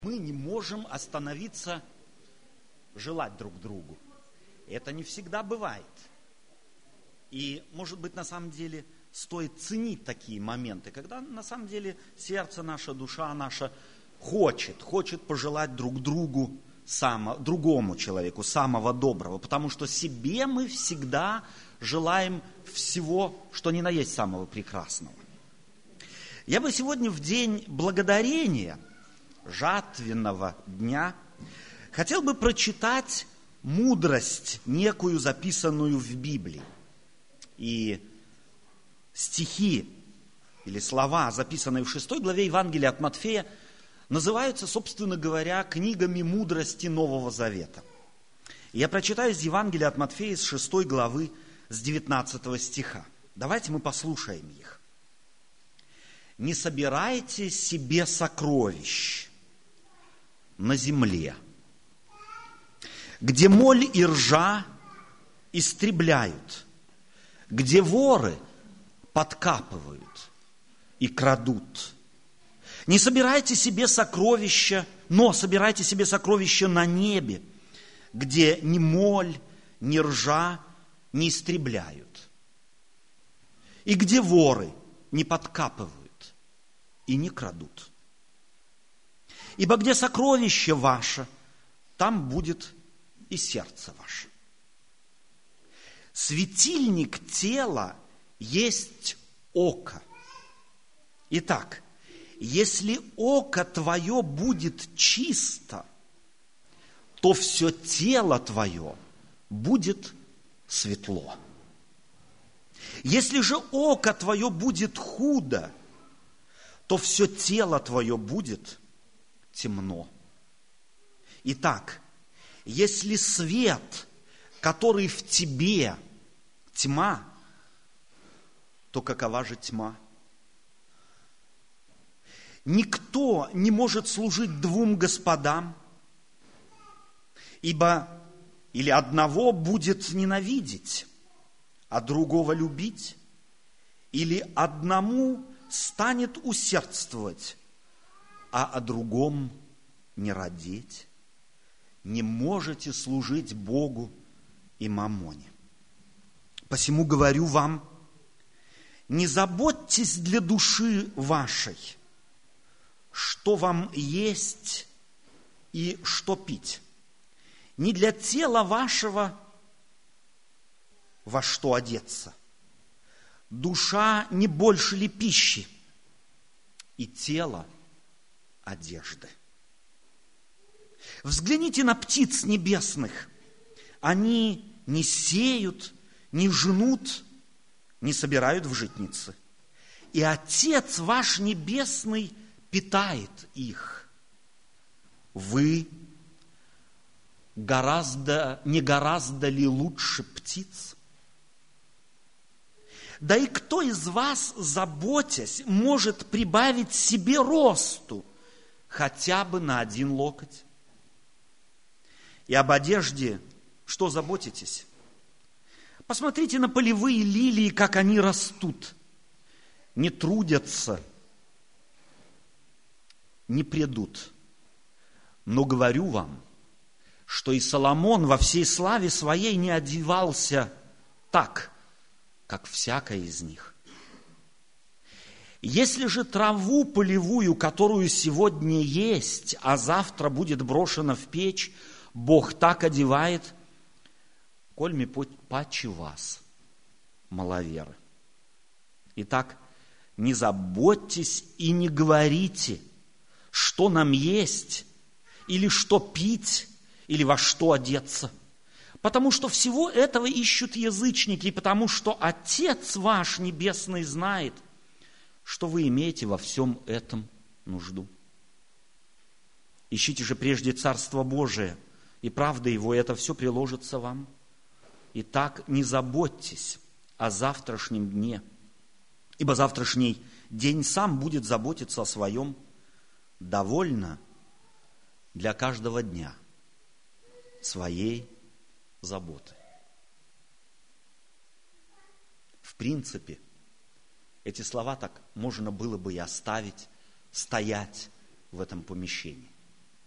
Мы не можем остановиться желать друг другу. Это не всегда бывает. И, может быть, на самом деле стоит ценить такие моменты, когда на самом деле сердце наше, душа наша хочет пожелать друг другу, другому человеку самого доброго, потому что себе мы всегда желаем всего, что ни на есть самого прекрасного. Я бы сегодня в день благодарения, жатвенного дня, хотел бы прочитать мудрость некую, записанную в Библии. И стихи или слова, записанные в 6 главе Евангелия от Матфея, называются, собственно говоря, книгами мудрости Нового Завета. И я прочитаю из Евангелия от Матфея, с 6 главы, с 19 стиха. Давайте мы послушаем их. «Не собирайте себе сокровищ на земле, где моль и ржа истребляют, где воры подкапывают и крадут. Не собирайте себе сокровища, но собирайте себе сокровища на небе, где ни моль, ни ржа не истребляют, и где воры не подкапывают и не крадут. Ибо где сокровище ваше, там будет и сердце ваше. Светильник тела есть око. Итак, если око твое будет чисто, то все тело твое будет светло. Если же око твое будет худо, то все тело твое будет темно. Итак, если свет, который в тебе, тьма, то какова же тьма? Никто не может служить двум господам, ибо или одного будет ненавидеть, а другого любить, или одному станет усердствовать, а о другом не радеть. Не можете служить Богу и мамоне. Посему говорю вам, не заботьтесь для души вашей, что вам есть и что пить, не для тела вашего, во что одеться. Душа не больше ли пищи, и тело одежды. Взгляните на птиц небесных. Они не сеют, не жнут, не собирают в житницы. И Отец ваш Небесный питает их. Вы не гораздо ли лучше птиц? Да и кто из вас, заботясь, может прибавить себе росту хотя бы на 1 локоть? И об одежде что заботитесь? Посмотрите на полевые лилии, как они растут, не трудятся, не прядут. Но говорю вам, что и Соломон во всей славе своей не одевался так, как всякая из них. Если же траву полевую, которую сегодня есть, а завтра будет брошена в печь, Бог так одевает, кольми паче вас, маловеры. Итак, не заботьтесь и не говорите, что нам есть, или что пить, или во что одеться. Потому что всего этого ищут язычники, и потому что Отец ваш Небесный знает, что вы имеете во всем этом нужду. Ищите же прежде Царство Божие и правда Его, и это все приложится вам. Итак, не заботьтесь о завтрашнем дне, ибо завтрашний день сам будет заботиться о своем. Довольно для каждого дня своей заботы. В принципе, эти слова так можно было бы и оставить стоять в этом помещении.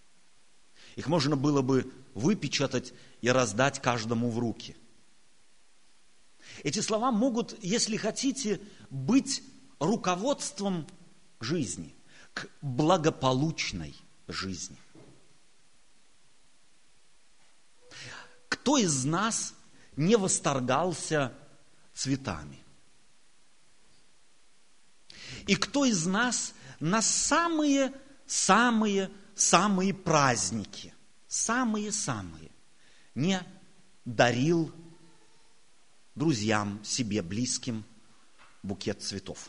Их можно было бы выпечатать и раздать каждому в руки. Эти слова могут, если хотите, быть руководством к жизни, к благополучной жизни. Кто из нас не восторгался цветами? И кто из нас на самые праздники, самые не дарил друзьям, себе близким букет цветов?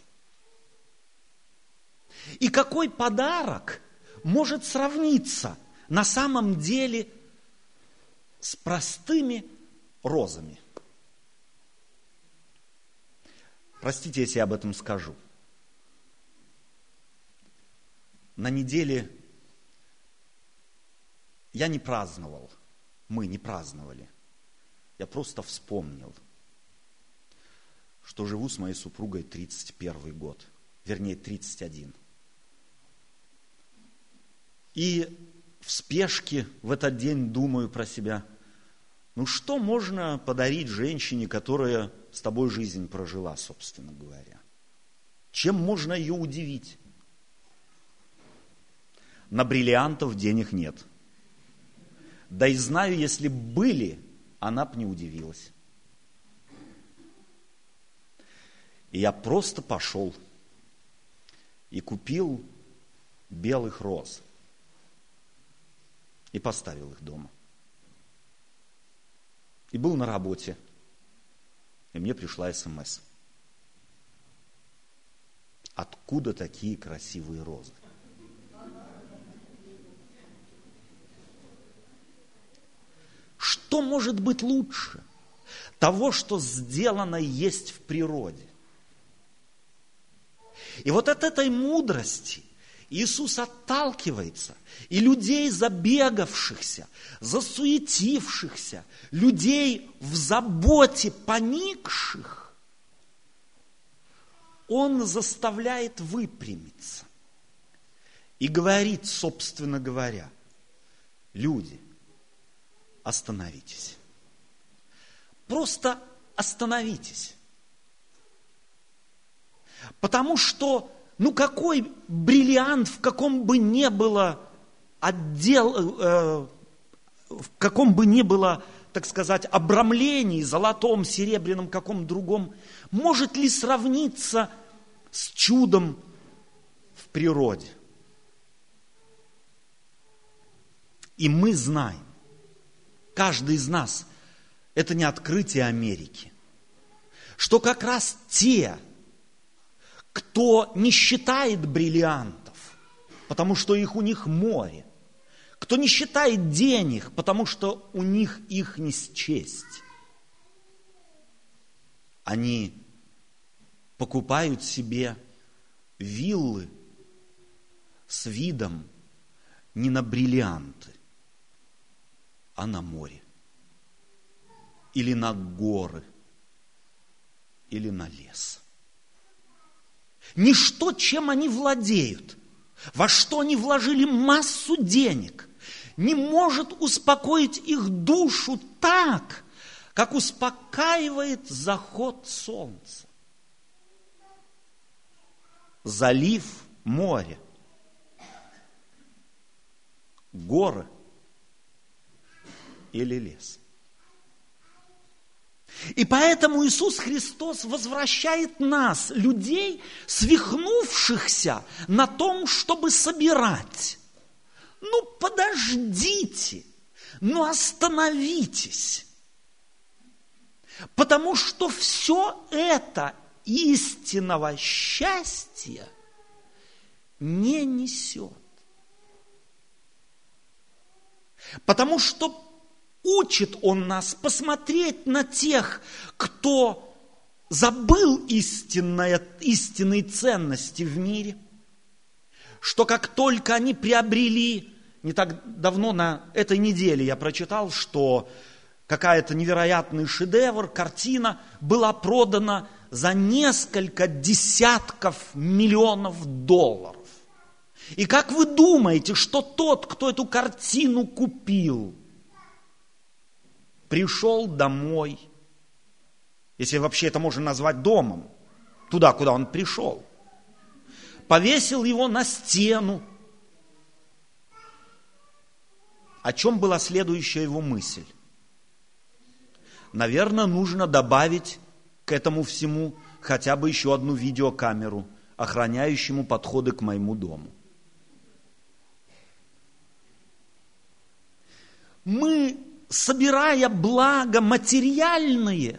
И какой подарок может сравниться на самом деле с простыми розами? Простите, если я об этом скажу. На неделе я не праздновал, мы не праздновали. Я просто вспомнил, что живу с моей супругой 31 год, вернее 31. И в спешке в этот день думаю про себя, что можно подарить женщине, которая с тобой жизнь прожила, собственно говоря? Чем можно ее удивить? На бриллиантов денег нет. Да и знаю, если бы были, она бы не удивилась. И я просто пошел и купил белых роз и поставил их дома. И был на работе, и мне пришла СМС. Откуда такие красивые розы? Что может быть лучше того, что сделано есть в природе? И вот от этой мудрости Иисус отталкивается, и людей забегавшихся, засуетившихся, людей в заботе поникших, Он заставляет выпрямиться и говорит, собственно говоря, люди, остановитесь. Просто остановитесь. Потому что, какой бриллиант, в каком бы ни было в каком бы ни было, так сказать, обрамлении, золотом, серебряном, каком другом, может ли сравниться с чудом в природе? И мы знаем, каждый из нас, это не открытие Америки, что как раз те, кто не считает бриллиантов, потому что у них море, кто не считает денег, потому что у них их не счесть, они покупают себе виллы с видом не на бриллианты, а на море, или на горы, или на лес. Ничто, чем они владеют, во что они вложили массу денег, не может успокоить их душу так, как успокаивает заход солнца. Залив, море, горы или лес. И поэтому Иисус Христос возвращает нас, людей, свихнувшихся на том, чтобы собирать. Подождите, остановитесь. Потому что все это истинного счастья не несет. Потому что учит Он нас посмотреть на тех, кто забыл истинные ценности в мире, что как только они приобрели, не так давно на этой неделе я прочитал, что какая-то невероятный шедевр, картина была продана за несколько десятков миллионов долларов. И как вы думаете, что тот, кто эту картину купил, пришел домой, если вообще это можно назвать домом, туда, куда он пришел, повесил его на стену? О чем была следующая его мысль? Наверное, нужно добавить к этому всему хотя бы еще одну видеокамеру, охраняющему подходы к моему дому. Мы, собирая блага материальные,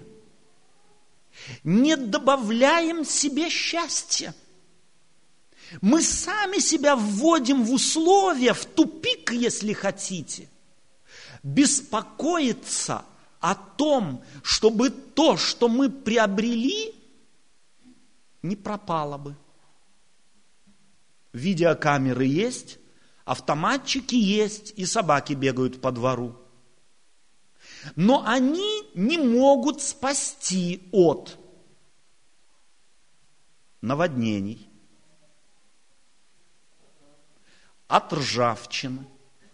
не добавляем себе счастья. Мы сами себя вводим в условия, в тупик, если хотите, беспокоиться о том, чтобы то, что мы приобрели, не пропало бы. Видеокамеры есть, автоматчики есть, и собаки бегают по двору. Но они не могут спасти от наводнений, от ржавчины,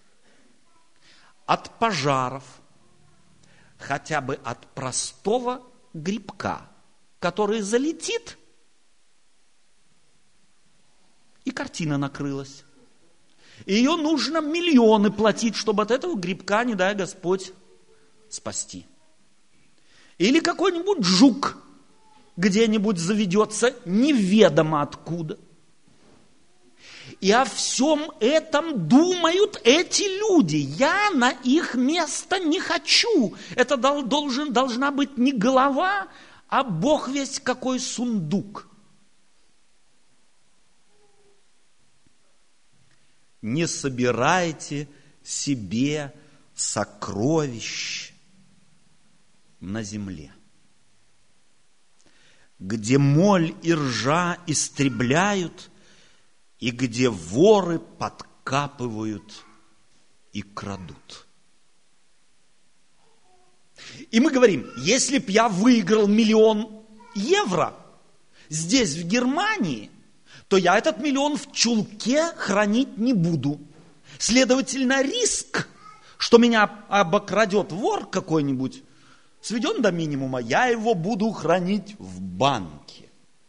от пожаров, хотя бы от простого грибка, который залетит, и картина накрылась. Ее нужно миллионы платить, чтобы от этого грибка, не дай Господь, спасти. Или какой-нибудь жук где-нибудь заведется неведомо откуда. И о всем этом думают эти люди. Я на их место не хочу. Это должна быть не голова, а Бог весть какой сундук. Не собирайте себе сокровищ на земле, где моль и ржа истребляют, и где воры подкапывают и крадут. И мы говорим, если б я выиграл 1 000 000 евро здесь, в Германии, то я этот 1 000 000 в чулке хранить не буду. Следовательно, риск, что меня обокрадет вор какой-нибудь, сведен до минимума, я его буду хранить в банке.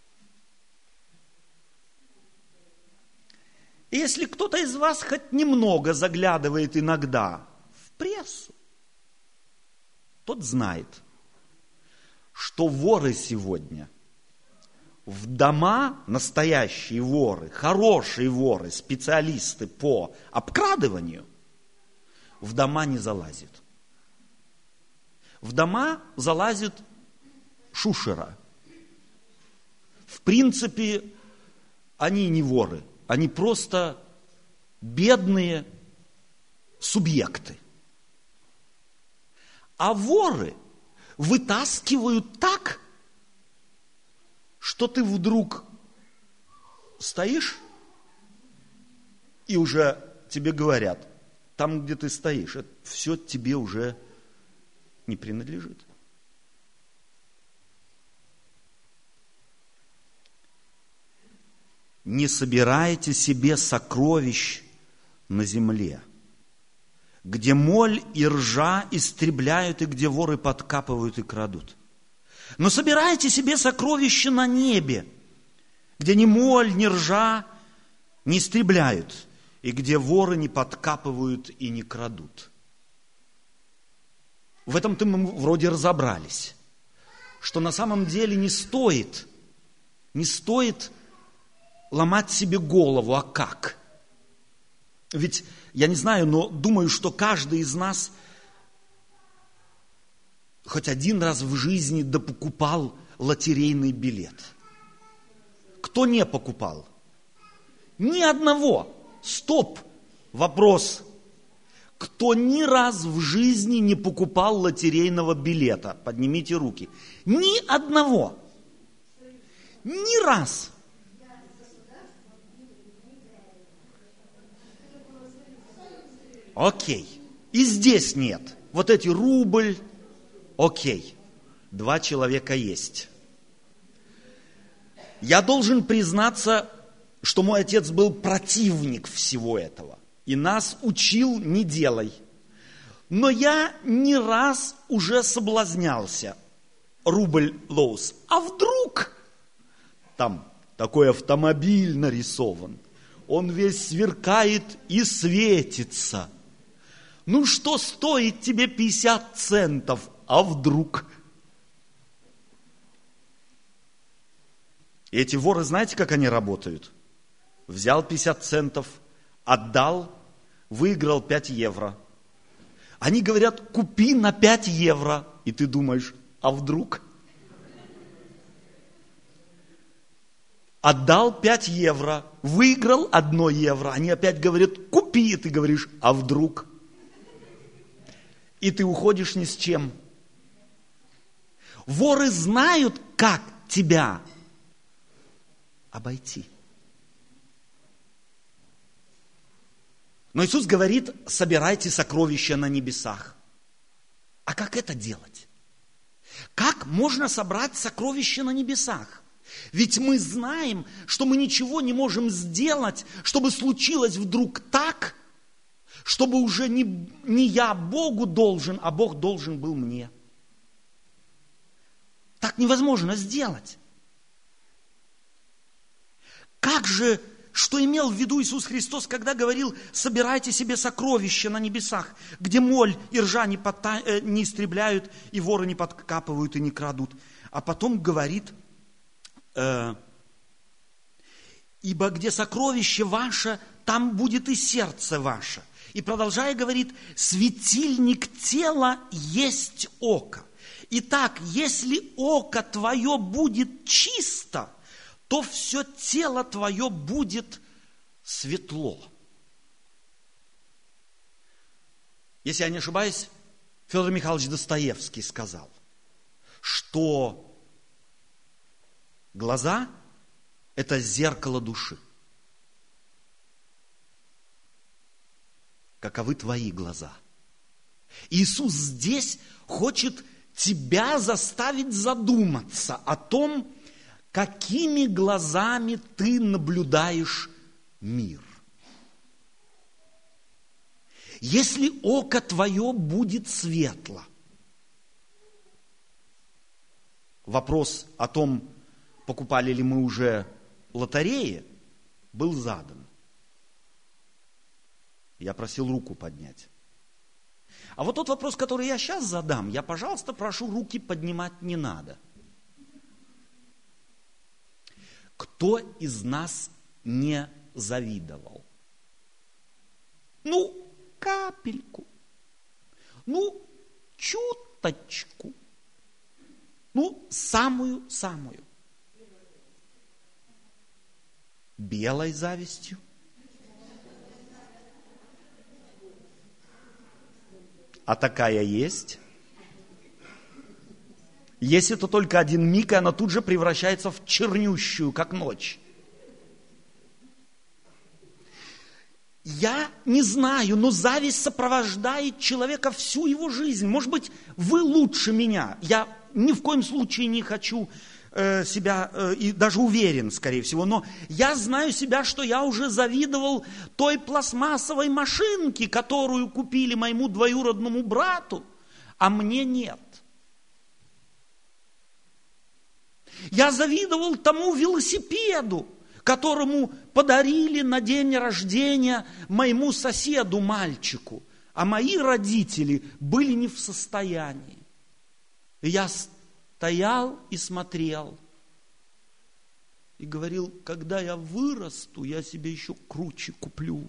И если кто-то из вас хоть немного заглядывает иногда в прессу, тот знает, что воры сегодня в дома, настоящие воры, хорошие воры, специалисты по обкрадыванию, в дома не залазят. В дома залазит шушера. В принципе, они не воры, они просто бедные субъекты. А воры вытаскивают так, что ты вдруг стоишь, и уже тебе говорят, там, где ты стоишь, это все тебе уже не принадлежит. Не собирайте себе сокровищ на земле, где моль и ржа истребляют, и где воры подкапывают и крадут. Но собирайте себе сокровища на небе, где ни моль, ни ржа не истребляют, и где воры не подкапывают и не крадут. В этом-то мы вроде разобрались, что на самом деле не стоит ломать себе голову, а как? Ведь, я не знаю, но думаю, что каждый из нас хоть один раз в жизни допокупал лотерейный билет. Кто не покупал? Ни одного. Стоп! Вопрос. Кто ни раз в жизни не покупал лотерейного билета? Поднимите руки. Ни одного. Ни раз. Окей. И здесь нет. Вот эти рубль. Окей. 2 человека есть. Я должен признаться, что мой отец был противник всего этого. И нас учил: не делай. Но я не раз уже соблазнялся. Рубль Лоус. А вдруг там такой автомобиль нарисован, он весь сверкает и светится. Ну что стоит тебе 50 центов, а вдруг? И эти воры, знаете, как они работают? Взял 50 центов, отдал, выиграл 5 евро. Они говорят: купи на 5 евро. И ты думаешь: а вдруг? Отдал 5 евро, выиграл 1 евро. Они опять говорят: купи. И ты говоришь: а вдруг? И ты уходишь ни с чем. Воры знают, как тебя обойти. Но Иисус говорит: собирайте сокровища на небесах. А как это делать? Как можно собрать сокровища на небесах? Ведь мы знаем, что мы ничего не можем сделать, чтобы случилось вдруг так, чтобы уже не я Богу должен, а Бог должен был мне. Так невозможно сделать. Как же, что имел в виду Иисус Христос, когда говорил: собирайте себе сокровища на небесах, где моль и ржа не истребляют, и воры не подкапывают и не крадут. А потом говорит: ибо где сокровище ваше, там будет и сердце ваше. И продолжая говорит: светильник тела есть око. Итак, если око твое будет чисто, то все тело твое будет светло. Если я не ошибаюсь, Федор Михайлович Достоевский сказал, что глаза – это зеркало души. Каковы твои глаза? Иисус здесь хочет тебя заставить задуматься о том, какими глазами ты наблюдаешь мир. Если око твое будет светло, вопрос о том, покупали ли мы уже лотереи, был задан. Я просил руку поднять. А вот тот вопрос, который я сейчас задам, я, пожалуйста, прошу, руки поднимать не надо. Кто из нас не завидовал? Ну, капельку. Ну, чуточку. Ну, самую-самую. Белой завистью. А такая есть. Если это только один миг, и она тут же превращается в чернющую, как ночь. Я не знаю, но зависть сопровождает человека всю его жизнь. Может быть, вы лучше меня. Я ни в коем случае не хочу себя, и даже уверен, скорее всего, но я знаю себя, что я уже завидовал той пластмассовой машинке, которую купили моему двоюродному брату, а мне нет. Я завидовал тому велосипеду, которому подарили на день рождения моему соседу, мальчику, а мои родители были не в состоянии. И я стоял и смотрел, и говорил: когда я вырасту, я себе еще круче куплю.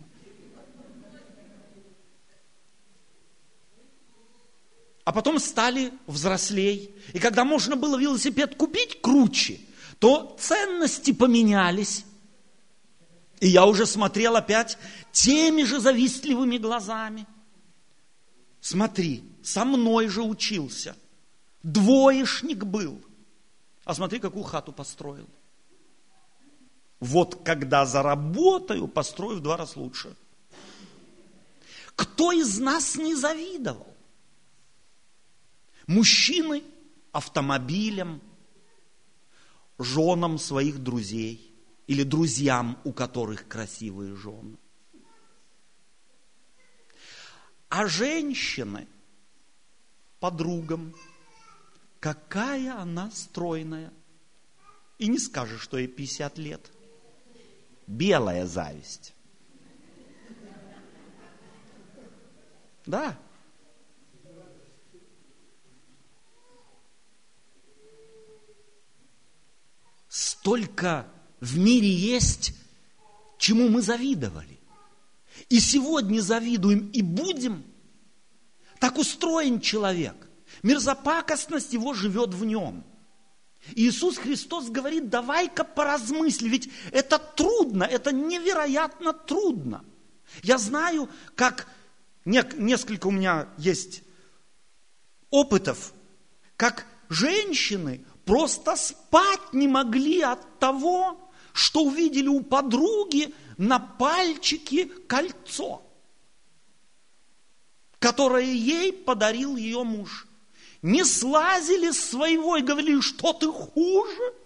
А потом стали взрослей. И когда можно было велосипед купить круче, то ценности поменялись. И я уже смотрел опять теми же завистливыми глазами. Смотри, со мной же учился. Двоечник был. А смотри, какую хату построил. Вот когда заработаю, построю в 2 раза лучше. Кто из нас не завидовал? Мужчины автомобилям, женам своих друзей. или друзьям, у которых красивые жены. А женщины подругам, какая она стройная. И не скажешь, что ей 50 лет. Белая зависть. Да. Столько в мире есть, чему мы завидовали. И сегодня завидуем и будем. Так устроен человек. Мерзопакостность его живет в нем. И Иисус Христос говорит, давай-ка поразмысли, ведь это трудно, это невероятно трудно. Я знаю, как несколько у меня есть опытов, как женщины просто спать не могли от того, что увидели у подруги на пальчике кольцо, которое ей подарил ее муж. Не слазили с своего и говорили, что ты хуже.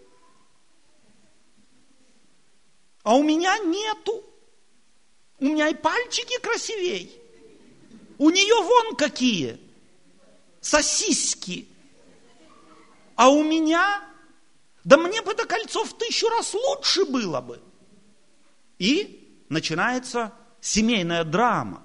А у меня нету. У меня и пальчики красивей. У нее вон какие. Сосиски. А у меня, да мне бы это кольцо в 1000 раз лучше было бы. И начинается семейная драма.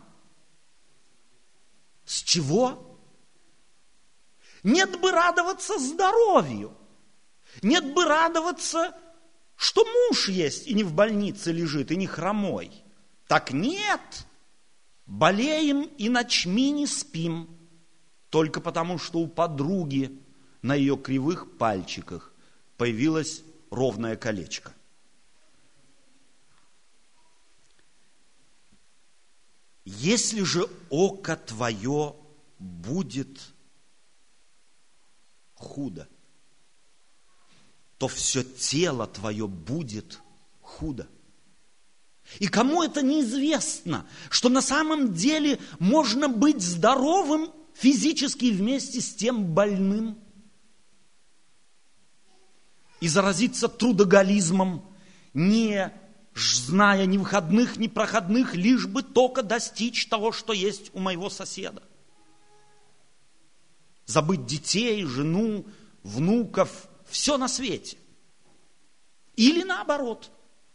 С чего? Нет бы радоваться здоровью. Нет бы радоваться, что муж есть и не в больнице лежит, и не хромой. Так нет. Болеем и ночми не спим. Только потому, что у подруги на ее кривых пальчиках появилось ровное колечко. Если же око твое будет худо, то все тело твое будет худо. И кому это неизвестно, что на самом деле можно быть здоровым физически вместе с тем больным и заразиться трудоголизмом, не зная ни выходных, ни проходных, лишь бы только достичь того, что есть у моего соседа. Забыть детей, жену, внуков, все на свете. Или наоборот.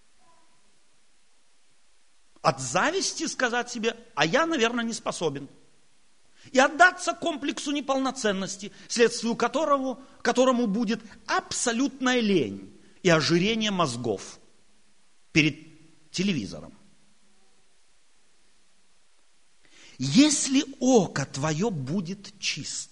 От зависти сказать себе, а я, наверное, не способен. И отдаться комплексу неполноценности, следствию которому будет абсолютная лень и ожирение мозгов перед телевизором. Если око твое будет чисто,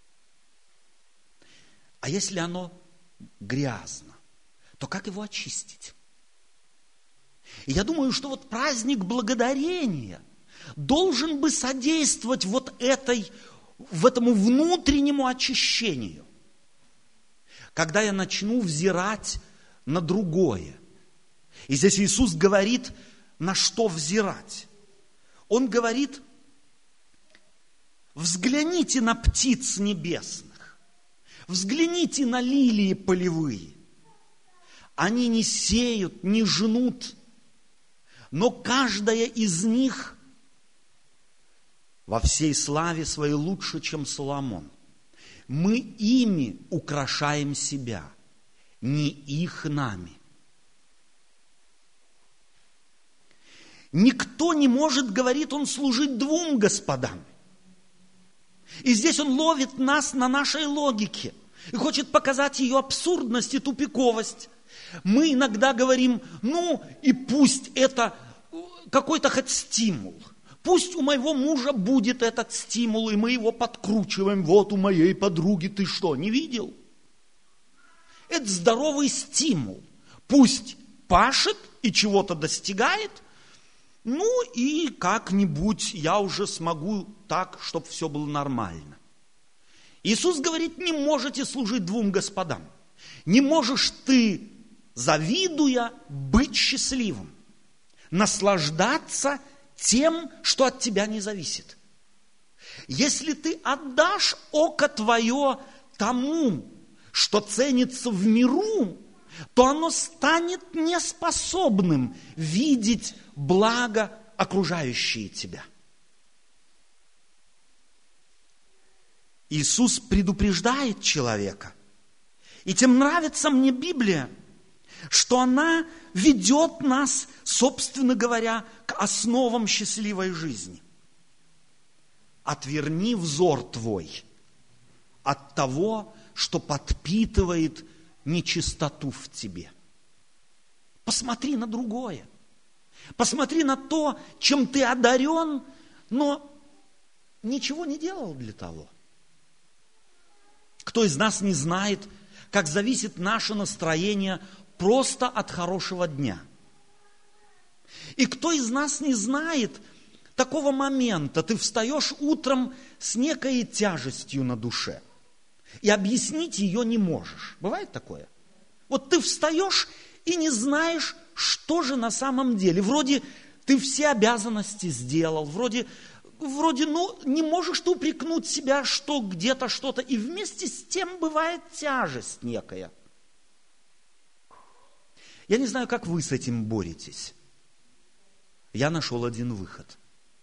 а если оно грязно, то как его очистить? И я думаю, что вот праздник благодарения должен бы содействовать этому внутреннему очищению. Когда я начну взирать на другое. И здесь Иисус говорит, на что взирать. Он говорит, взгляните на птиц небесных. Взгляните на лилии полевые. Они не сеют, не жнут, но каждая из них во всей славе своей лучше, чем Соломон. Мы ими украшаем себя, не их нами. Никто не может, говорит он, служить двум господам. И здесь он ловит нас на нашей логике и хочет показать ее абсурдность и тупиковость. Мы иногда говорим, и пусть это какой-то хоть стимул. Пусть у моего мужа будет этот стимул, и мы его подкручиваем. Вот у моей подруги ты что, не видел? Это здоровый стимул. Пусть пашет и чего-то достигает, и как-нибудь я уже смогу так, чтобы все было нормально. Иисус говорит, не можете служить двум господам. Не можешь ты, завидуя, быть счастливым, наслаждаться тем, что от тебя не зависит. Если ты отдашь око твое тому, что ценится в миру, то оно станет неспособным видеть благо, окружающие тебя. Иисус предупреждает человека. И тем нравится мне Библия, что она ведет нас, собственно говоря, к основам счастливой жизни. Отверни взор твой от того, что подпитывает нечистоту в тебе. Посмотри на другое. Посмотри на то, чем ты одарен, но ничего не делал для того. Кто из нас не знает, как зависит наше настроение просто от хорошего дня? И кто из нас не знает такого момента, ты встаешь утром с некой тяжестью на душе, и объяснить ее не можешь. Бывает такое? Вот ты встаешь и не знаешь, что же на самом деле. Вроде ты все обязанности сделал, вроде не можешь ты упрекнуть себя, что где-то что-то. И вместе с тем бывает тяжесть некая. Я не знаю, как вы с этим боретесь. Я нашел один выход.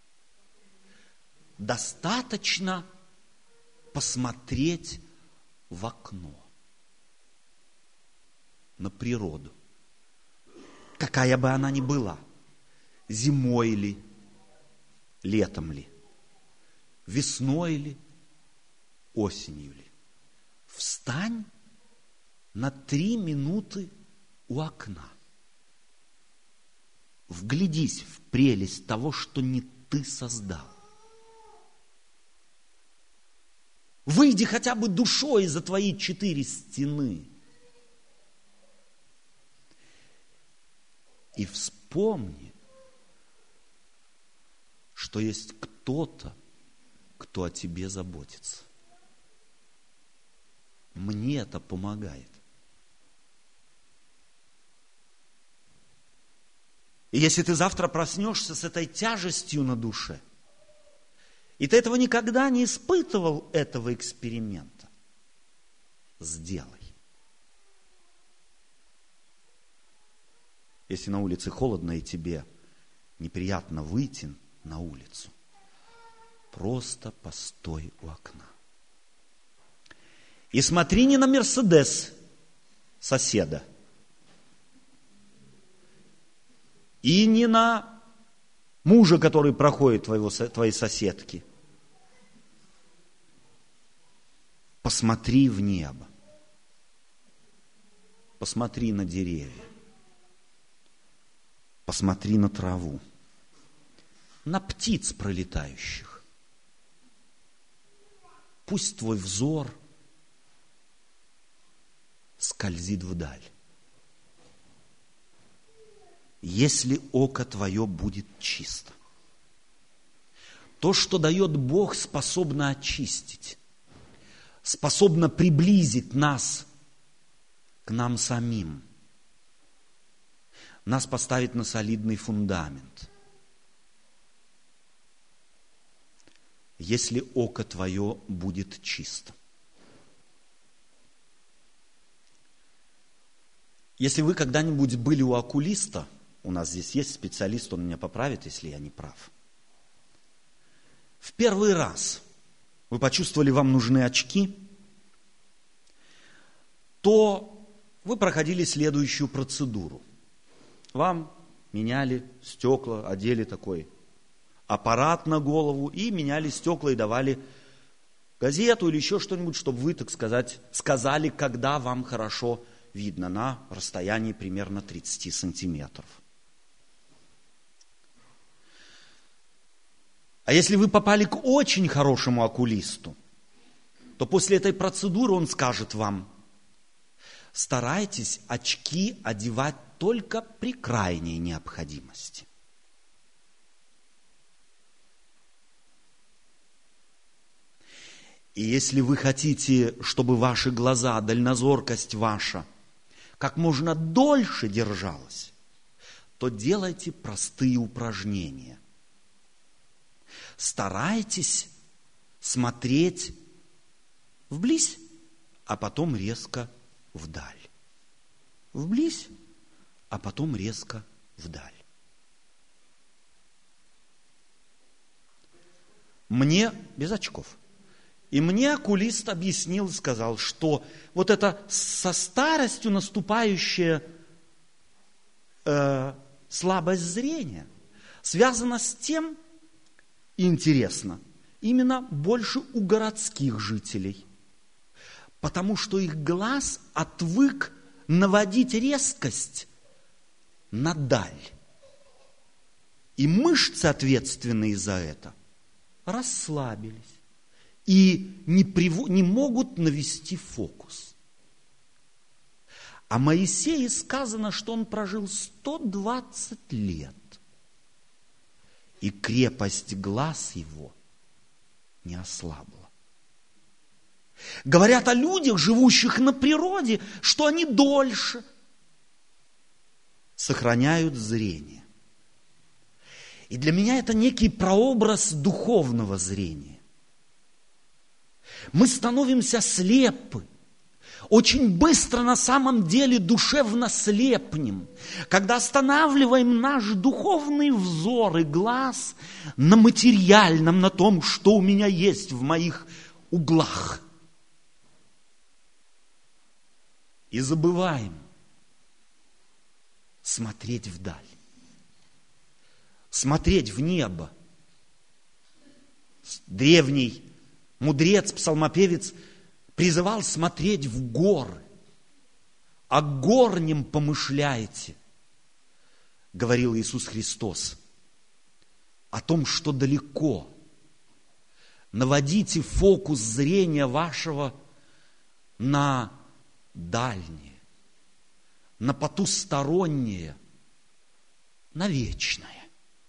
Достаточно посмотреть в окно на природу, какая бы она ни была, зимой ли, летом ли, весной ли, осенью ли. Встань на 3 минуты у окна. Вглядись в прелесть того, что не ты создал. Выйди хотя бы душой за твои 4 стены. И вспомни, что есть кто-то, кто о тебе заботится. Мне это помогает. И если ты завтра проснешься с этой тяжестью на душе, и ты этого никогда не испытывал, этого эксперимента, сделай. Если на улице холодно и тебе неприятно выйти на улицу, просто постой у окна. И смотри не на Мерседес соседа, и не на мужа, который проходит твоей соседки. Посмотри в небо. Посмотри на деревья. Посмотри на траву. На птиц пролетающих. Пусть твой взор скользит вдаль. Если око твое будет чисто. То, что дает Бог, способно очистить, способно приблизить нас к нам самим, нас поставить на солидный фундамент. Если око твое будет чисто. Если вы когда-нибудь были у окулиста, у нас здесь есть специалист, он меня поправит, если я не прав. В первый раз вы почувствовали, вам нужны очки, то вы проходили следующую процедуру. Вам меняли стекла, одели такой аппарат на голову и меняли стекла и давали газету или еще что-нибудь, чтобы вы, так сказать, сказали, когда вам хорошо видно на расстоянии примерно 30 сантиметров. А если вы попали к очень хорошему окулисту, то после этой процедуры он скажет вам: старайтесь очки одевать только при крайней необходимости. И если вы хотите, чтобы ваши глаза, дальнозоркость ваша как можно дольше держалась, то делайте простые упражнения. Старайтесь смотреть вблизь, а потом резко вдаль. вблизь, а потом резко вдаль. Мне, без очков, и мне окулист объяснил, сказал, что вот это со старостью наступающая слабость зрения связана с тем, интересно, именно больше у городских жителей, потому что их глаз отвык наводить резкость на даль. И мышцы, ответственные за это, расслабились и не могут навести фокус. О Моисее сказано, что он прожил 120 лет, и крепость глаз его не ослабла. Говорят о людях, живущих на природе, что они дольше сохраняют зрение. И для меня это некий прообраз духовного зрения. Мы становимся слепы. Очень быстро на самом деле душевно слепнем, когда останавливаем наш духовный взор и глаз на материальном, на том, что у меня есть в моих углах. И забываем смотреть вдаль, смотреть в небо. Древний мудрец, псалмопевец призывал смотреть в горы. О горнем помышляете, говорил Иисус Христос, о том, что далеко. Наводите фокус зрения вашего на дальнее, на потустороннее, на вечное.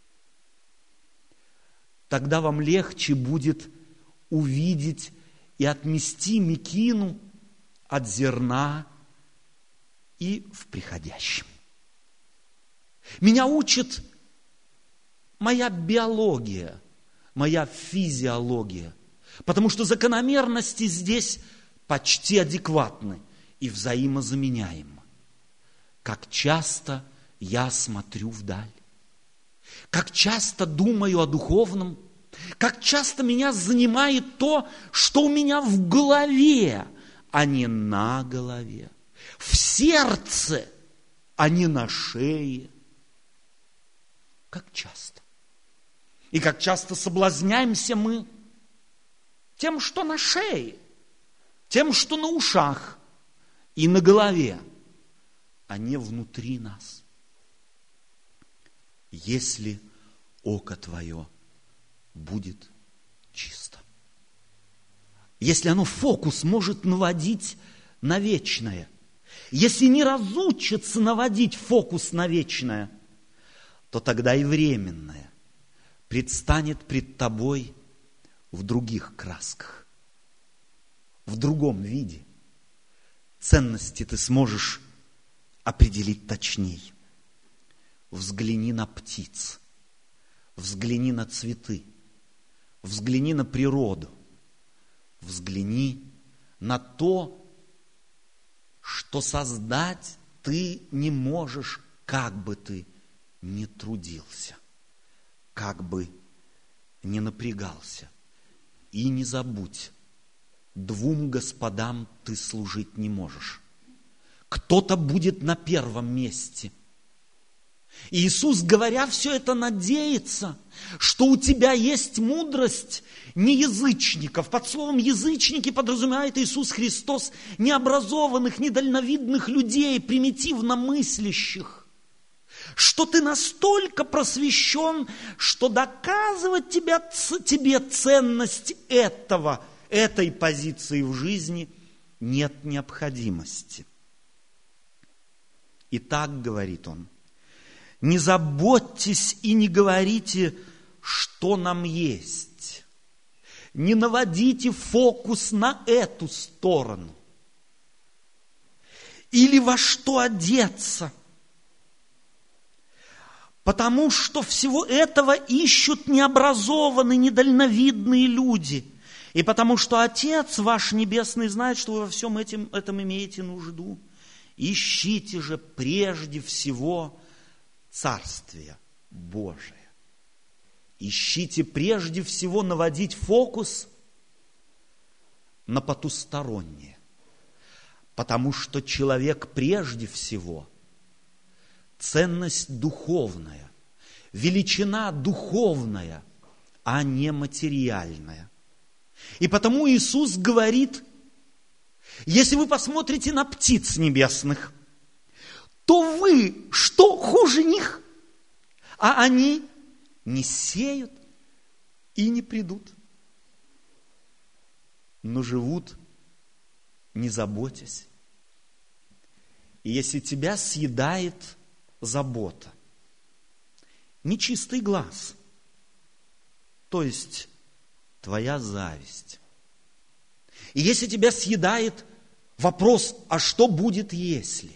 Тогда вам легче будет увидеть и отмести мекину от зерна и в приходящем. Меня учит моя биология, моя физиология, потому что закономерности здесь почти адекватны и взаимозаменяемы. Как часто я смотрю вдаль, как часто думаю о духовном, как часто меня занимает то, что у меня в голове, а не на голове, в сердце, а не на шее. Как часто. И как часто соблазняемся мы тем, что на шее, тем, что на ушах и на голове, а не внутри нас. Если око твое будет чисто. Если оно фокус может наводить на вечное, если не разучится наводить фокус на вечное, то тогда и временное предстанет пред тобой в других красках, в другом виде. Ценности ты сможешь определить точней. Взгляни на птиц, взгляни на цветы, взгляни на природу, взгляни на то, что создать ты не можешь, как бы ты ни трудился, как бы ни напрягался. И не забудь, двум господам ты служить не можешь. Кто-то будет на первом месте. И Иисус, говоря все это, надеется, что у тебя есть мудрость не язычников. Под словом язычники подразумевает Иисус Христос необразованных, недальновидных людей, примитивно мыслящих. Что ты настолько просвещен, что доказывать тебе ценность этой позиции в жизни нет необходимости. Итак, говорит он, не заботьтесь и не говорите, что нам есть. Не наводите фокус на эту сторону. Или во что одеться. Потому что всего этого ищут необразованные, недальновидные люди. И потому что Отец ваш Небесный знает, что вы во всем этом имеете нужду. Ищите же прежде всего Царствие Божие. Ищите прежде всего наводить фокус на потустороннее. Потому что человек прежде всего ценность духовная, величина духовная, а не материальная. И потому Иисус говорит, если вы посмотрите на птиц небесных, то вы что хуже них? А они не сеют и не придут, но живут, не заботясь. И если тебя съедает забота, нечистый глаз, то есть твоя зависть, и если тебя съедает вопрос, а что будет, если?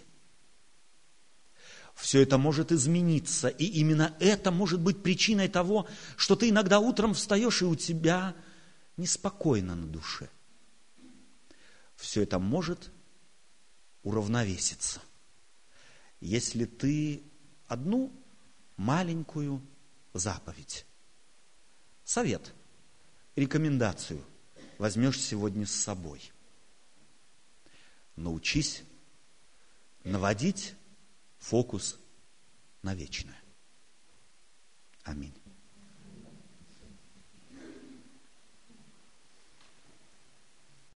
Все это может измениться, и именно это может быть причиной того, что ты иногда утром встаешь, и у тебя неспокойно на душе. Все это может уравновеситься, если ты одну маленькую заповедь, совет, рекомендацию возьмешь сегодня с собой. Научись наводить фокус на вечное. Аминь.